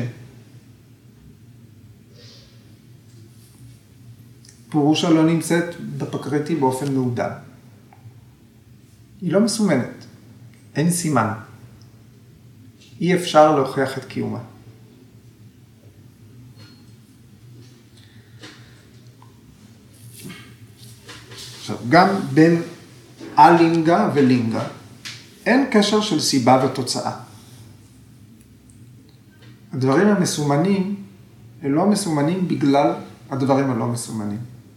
פורושה לא נמצאת בפקרתי באופן מעודן. היא לא מסומנת. אין סימן. אי אפשר להוכיח את קיומה. עכשיו, גם בין אלינגה ולינגה, אין קשר של סיבה ותוצאה. הדברים המסומנים, הם לא מסומנים בגלל הדברים הלא מסומנים.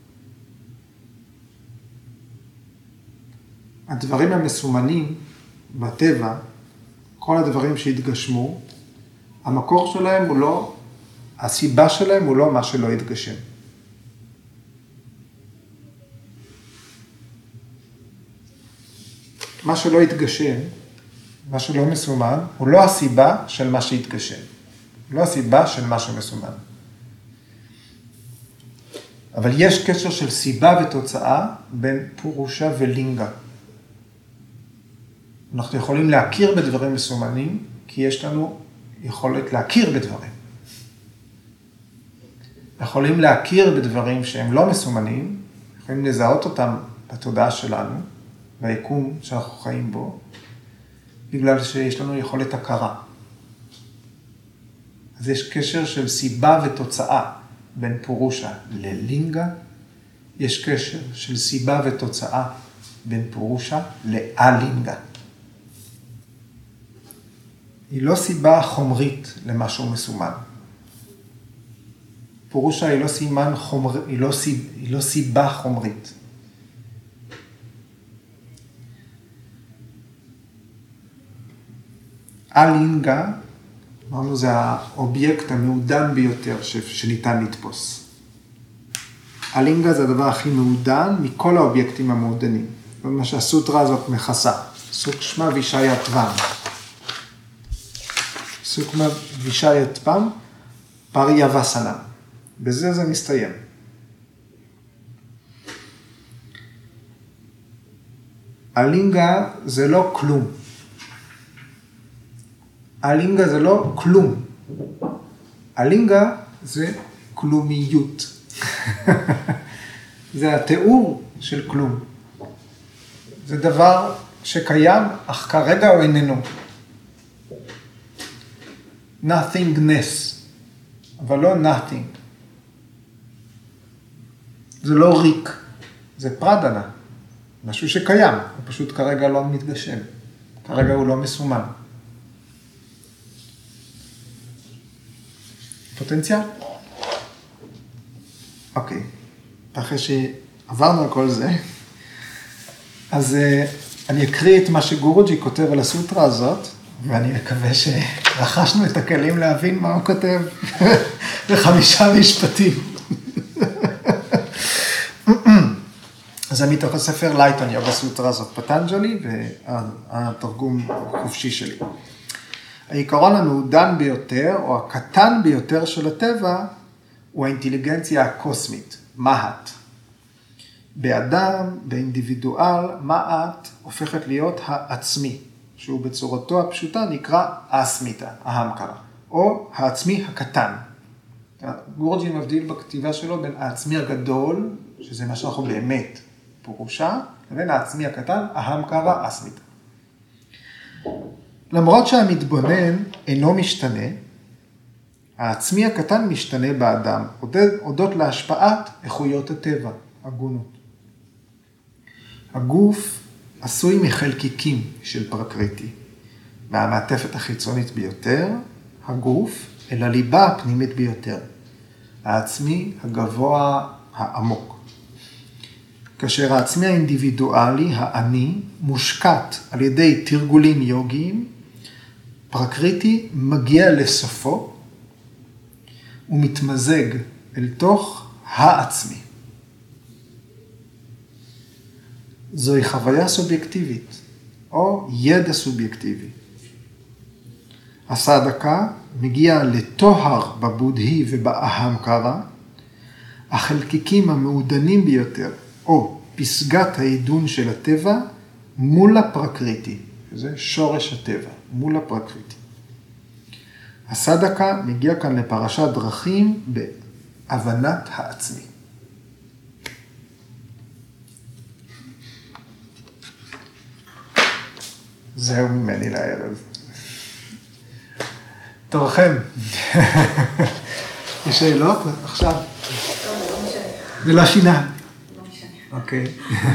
הדברים המסומנים בטבע, כל הדברים שהתגשמו, המקור שלהם הוא לא, הסיבה שלהם הוא לא מה שלא התגשם. מה שלא התגשם, מה שלא מסומן, הוא לא הסיבה של מה שהתגשם. לא הסיבה של מה שמסומן. אבל יש קשר של סיבה ותוצאה בין פורושה ולינגה. אנחנו יכולים להכיר בדברים מסומנים, כי יש לנו יכולת להכיר בדברים. יכולים להכיר בדברים שהם לא מסומנים, יכולים לזהות אותם בתודעה שלנו, ביקום שאנחנו חיים בו, בגלל שיש לנו יכולת הכרה. אז יש קשר של סיבה ותוצאה בין פורושה ללינגה, יש קשר של סיבה ותוצאה בין פורושה לאלינגה. היא לא סיבה חומרית למשהו מסומן. פורושה היא לא סימן חומר, היא לא סיבה חומרית. אלינגה, אמרנו, זה האובייקט המעודן ביותר שניתן לתפוס. אלינגה זה הדבר הכי מעודן מכל האובייקטים המעודנים. זה מה שהסוטרה הזאת מכסה. סוקשמה וישאיה טבם. סוקשמה וישאיה טבם, פריה וסנה. בזה זה מסתיים. אלינגה זה לא כלום. אלינגה זה לא כלום. אלינגה זה כלומיות. זה התיאור של כלום. זה דבר שקיים, אך כרגע הוא איננו. nothingness, אבל לא nothing. זה לא ריק, זה פרדנה. משהו שקיים, הוא פשוט כרגע לא מתגשם. כרגע הוא לא מסומן. פוטנציאל? אוקיי. אחרי שעברנו על כל זה, אז אני אקריא את מה שגורוג'י כותב על הסוטרה הזאת, ואני מקווה שרכשנו את הכלים להבין מה הוא כותב ב5 משפטים. זה מתוך הספר לייטון יוגה סוטרה הזאת פטנג'לי, והתרגום החופשי שלי. העיקרון המעודן ביותר, או הקטן ביותר של הטבע, הוא האינטליגנציה הקוסמית, מהט. באדם, באינדיבידואל, מהט הופכת להיות העצמי, שהוא בצורתו הפשוטה נקרא אסמיתה, ההמקרה, או העצמי הקטן. גורג'י מבדיל בכתיבה שלו בין העצמי הגדול, שזה מה שאנחנו באמת פירושה, לבין העצמי הקטן, אהמקרה אסמיתה. למרות שהמתבונן אינו משתנה, העצמי הקטן משתנה באדם, הודות להשפעת איכויות הטבע, הגונות. הגוף עשוי מחלקיקים של פרקריטי, מהמעטפת החיצונית ביותר, הגוף, אל הליבה הפנימית ביותר, העצמי הגבוה העמוק. כאשר העצמי האינדיבידואלי, האני, מושקט על ידי תרגולים יוגיים, פרקריטי מגיע לסופו, ומתמזג אל תוך העצמי. זוהי חוויה סובייקטיבית, או ידע סובייקטיבי. הסדקה מגיע לטוהר בבודהי ובאהמקרה, החלקיקים המעודנים ביותר, או פסגת העידון של הטבע, מול הפרקריטי. זה שורש הטבע, מול הפרקריטי. הסדקה מגיע כאן לפרשת דרכים בהבנת העצמי. זהו ממני לערב. תורכם. יש שאלות? עכשיו. לא משנה. ולא שינה. לא משנה. אוקיי.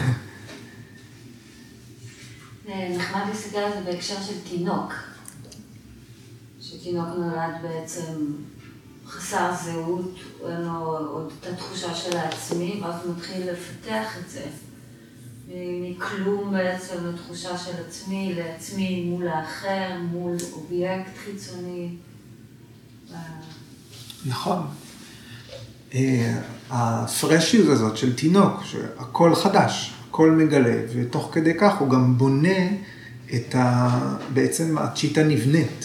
נחמד להסתכל על זה בהקשר של תינוק. שתינוק נולד בעצם חסר זהות, אין לו עוד את התחושה של העצמי, ואז הוא מתחיל לפתח את זה. מכלום בעצם לתחושה של עצמי, לעצמי מול האחר, מול אובייקט חיצוני. נכון. הפרשיות הזאת של תינוק, שהכל חדש, הכל מגלה, ותוך כדי כך הוא גם בונה את בעצם הצ'יטה נבנית.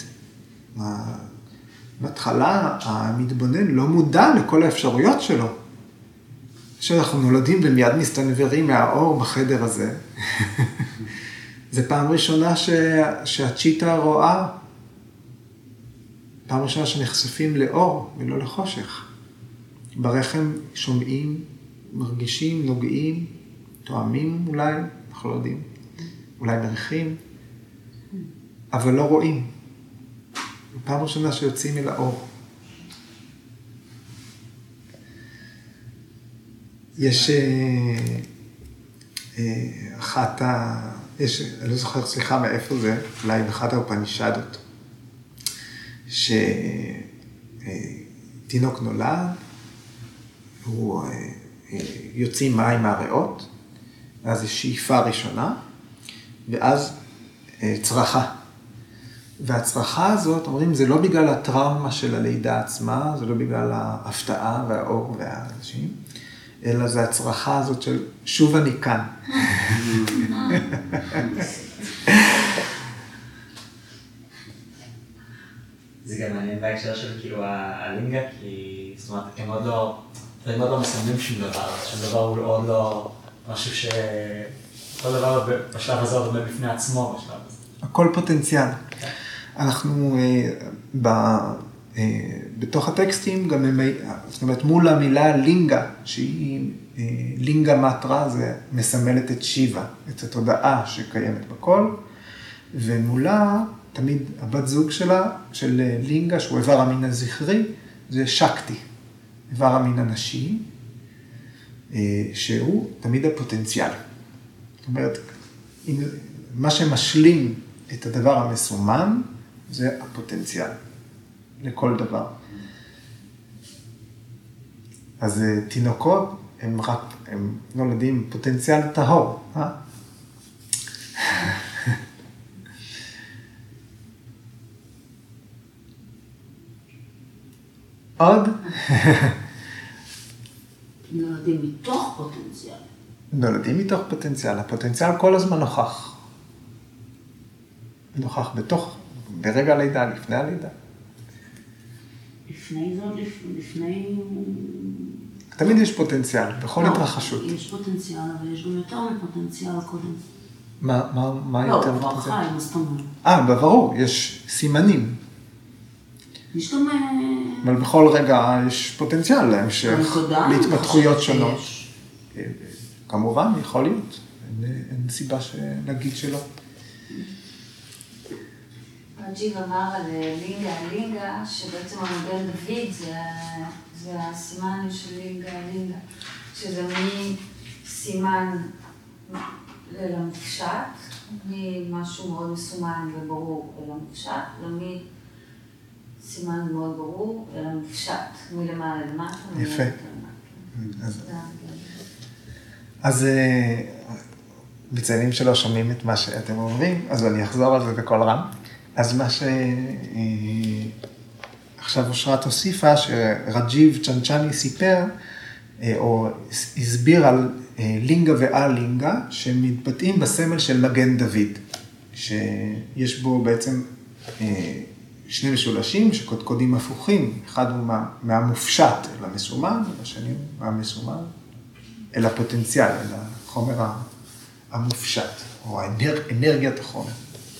בהתחלה המתבונן לא מודע לכל האפשרויות שלו. כשאנחנו נולדים ומיד מסתנוורים מהאור בחדר הזה, זה פעם ראשונה שהצ'יטה רואה, פעם ראשונה שנחשפים לאור ולא לחושך. ברחם שומעים, מרגישים, נוגעים, תואמים אולי, אנחנו לא יודעים, אולי מריחים, אבל לא רואים. פעם ראשונה שיוצאים אל האור. יש אני לא זוכר, סליחה, מאיפה זה, אולי באחת האופנישדות, שתינוק נולד, הוא יוצאים מים מהריאות, ואז יש שאיפה ראשונה, ואז צרחה. והצרחה הזאת, אומרים, זה לא בגלל הטראומה של הלידה עצמה, זה לא בגלל ההפתעה והאור והאנשים, אלא זה הצרחה הזאת של שוב אני כאן. זה גם מעניין בהקשר של כאילו הלינגה, כי זאת אומרת, הם עוד לא מסמנים שום דבר, שום דבר הוא עוד לא משהו כל דבר בשלב הזה עוד עומד בפני עצמו בשלב הזה. הכל פוטנציאל. אנחנו בתוך הטקסטים גם, זאת אומרת, מול המילה לינגה, שהיא לינגה מטרה, זה מסמלת את שיבה, את התודעה שקיימת בכל, ומולה תמיד הבת זוג שלה, של לינגה, שהוא איבר המין הזכרי, זה שקטי, איבר המין הנשי, שהוא תמיד הפוטנציאל. זאת אומרת, מה שמשלים את הדבר המסומן, זה הפוטנציאל לכל דבר. אז תינוקות, הם נולדים פוטנציאל טהור, עוד? נולדים מתוך פוטנציאל. נולדים מתוך פוטנציאל. הפוטנציאל כל הזמן נוכח. נוכח ברגע הלידה, לפני הלידה. לפני זאת, לפני... תמיד יש פוטנציאל, בכל התרחשות. יש פוטנציאל, אבל יש גם יותר מפוטנציאל קודם. מה יותר מפוטנציאל? לא, כבר חי, מה זאת אומרת? ברור, יש סימנים. יש גם... אבל בכל רגע יש פוטנציאל להמשך, להתפתחויות שונות. כמובן, יכול להיות. אין סיבה שנגיד שלא. רג'יב אמר על לינגה, שבעצם המגן דוד זה הסימן של לינגה, שזה מסימן למופשט, ממשהו מאוד מסומן וברור למופשט, סימן מאוד ברור למופשט, מלמעלה למטה. יפה. אז מציינים שלא שומעים את מה שאתם אומרים, אז אני אחזור על זה בקול רם. אז מה שעכשיו אושרת הוסיפה, שרג'יב צ'נצ'ני סיפר, או הסביר על לינגה ואל-לינגה, שמתבטאים בסמל של מגן דוד, שיש בו בעצם שני משולשים שקודקודים הפוכים, אחד הוא מהמופשט אל המסומן, והשני הוא מהמסומן אל הפוטנציאל, אל החומר המופשט, או אנרגיית החומר.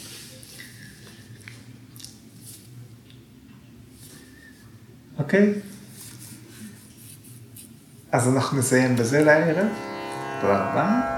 אוקיי? אז אנחנו נסיים בזה לערב. תודה רבה.